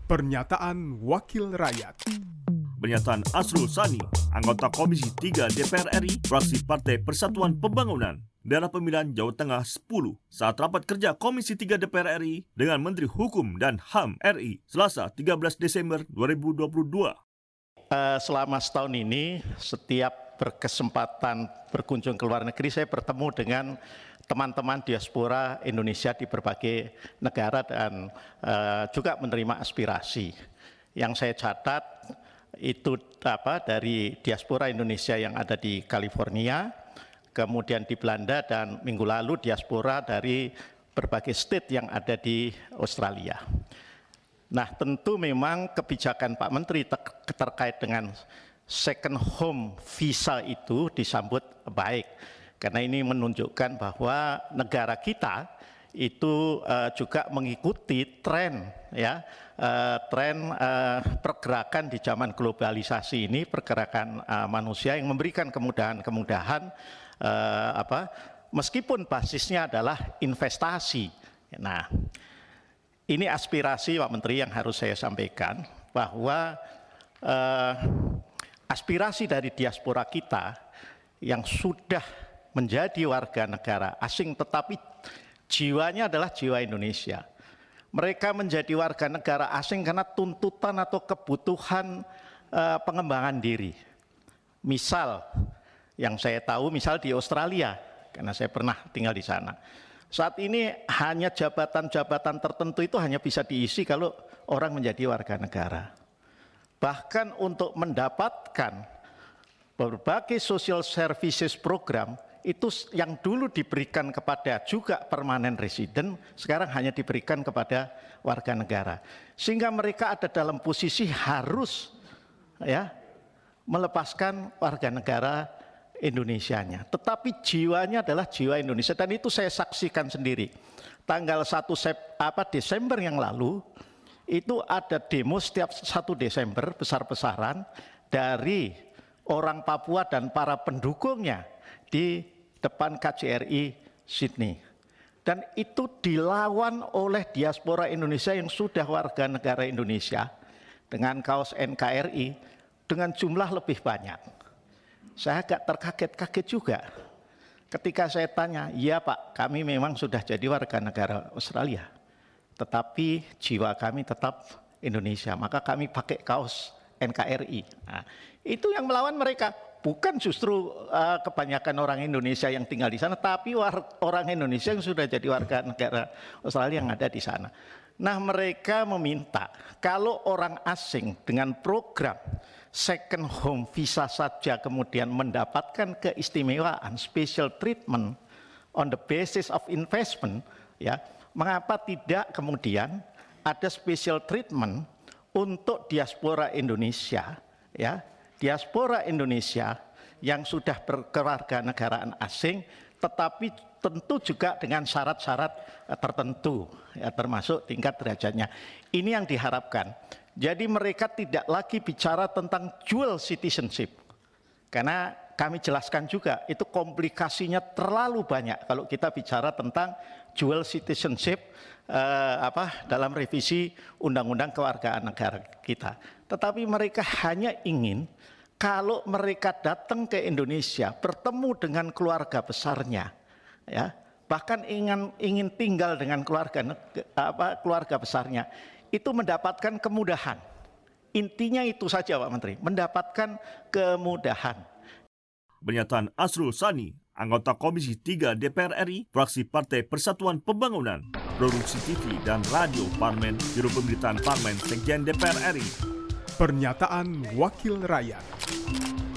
Pernyataan Wakil Rakyat. Pernyataan Asrul Sani, anggota Komisi 3 DPR RI, fraksi Partai Persatuan Pembangunan, daerah pemilihan Jawa Tengah 10, saat rapat kerja Komisi 3 DPR RI dengan Menteri Hukum dan HAM RI, Selasa 13 Desember 2022. Selama setahun ini, setiap berkesempatan berkunjung ke luar negeri, saya bertemu dengan teman-teman diaspora Indonesia di berbagai negara dan juga menerima aspirasi. Yang saya catat itu dari diaspora Indonesia yang ada di California, kemudian di Belanda, dan minggu lalu diaspora dari berbagai state yang ada di Australia. Nah, tentu memang kebijakan Pak Menteri terkait dengan second home visa itu disambut baik. Karena ini menunjukkan bahwa negara kita itu juga mengikuti tren pergerakan di zaman globalisasi ini, pergerakan manusia yang memberikan kemudahan-kemudahan meskipun basisnya adalah investasi. Nah, ini aspirasi Pak Menteri yang harus saya sampaikan, bahwa aspirasi dari diaspora kita yang sudah menjadi warga negara asing tetapi jiwanya adalah jiwa Indonesia. Mereka menjadi warga negara asing karena tuntutan atau kebutuhan pengembangan diri. Misal, yang saya tahu misal di Australia, karena saya pernah tinggal di sana. Saat ini hanya jabatan-jabatan tertentu itu hanya bisa diisi kalau orang menjadi warga negara. Bahkan untuk mendapatkan berbagai social services program, itu yang dulu diberikan kepada juga permanent resident, sekarang hanya diberikan kepada warga negara. Sehingga mereka ada dalam posisi harus melepaskan warga negara Indonesianya. Tetapi jiwanya adalah jiwa Indonesia, dan itu saya saksikan sendiri. Tanggal 1 Desember yang lalu, itu ada demo setiap 1 Desember besar-besaran dari orang Papua dan para pendukungnya di depan KJRI Sydney. Dan itu dilawan oleh diaspora Indonesia yang sudah warga negara Indonesia dengan kaos NKRI dengan jumlah lebih banyak. Saya agak terkaget-kaget juga ketika saya tanya, "Ya Pak, kami memang sudah jadi warga negara Australia, tetapi jiwa kami tetap Indonesia, maka kami pakai kaos NKRI." Nah, itu yang melawan mereka. Bukan justru kebanyakan orang Indonesia yang tinggal di sana, tapi orang Indonesia yang sudah jadi warga negara Australia yang ada di sana. Nah, mereka meminta kalau orang asing dengan program second home visa saja kemudian mendapatkan keistimewaan, special treatment on the basis of investment, mengapa tidak kemudian ada special treatment untuk diaspora Indonesia, diaspora Indonesia yang sudah berkewarganegaraan asing, tetapi tentu juga dengan syarat-syarat tertentu, termasuk tingkat derajatnya. Ini yang diharapkan. Jadi mereka tidak lagi bicara tentang dual citizenship, karena kami jelaskan juga itu komplikasinya terlalu banyak kalau kita bicara tentang dual citizenship dalam revisi Undang-Undang Kewargaan Negara kita. Tetapi mereka hanya ingin kalau mereka datang ke Indonesia, bertemu dengan keluarga besarnya, bahkan ingin tinggal dengan keluarga besarnya, itu mendapatkan kemudahan. Intinya itu saja Pak Menteri, mendapatkan kemudahan. Pernyataan Asrul Sani, anggota Komisi 3 DPR RI, fraksi Partai Persatuan Pembangunan, Produksi TV dan Radio Parlemen, Biro Pemberitaan Parlemen, Sekjen DPR RI. Pernyataan Wakil Rakyat.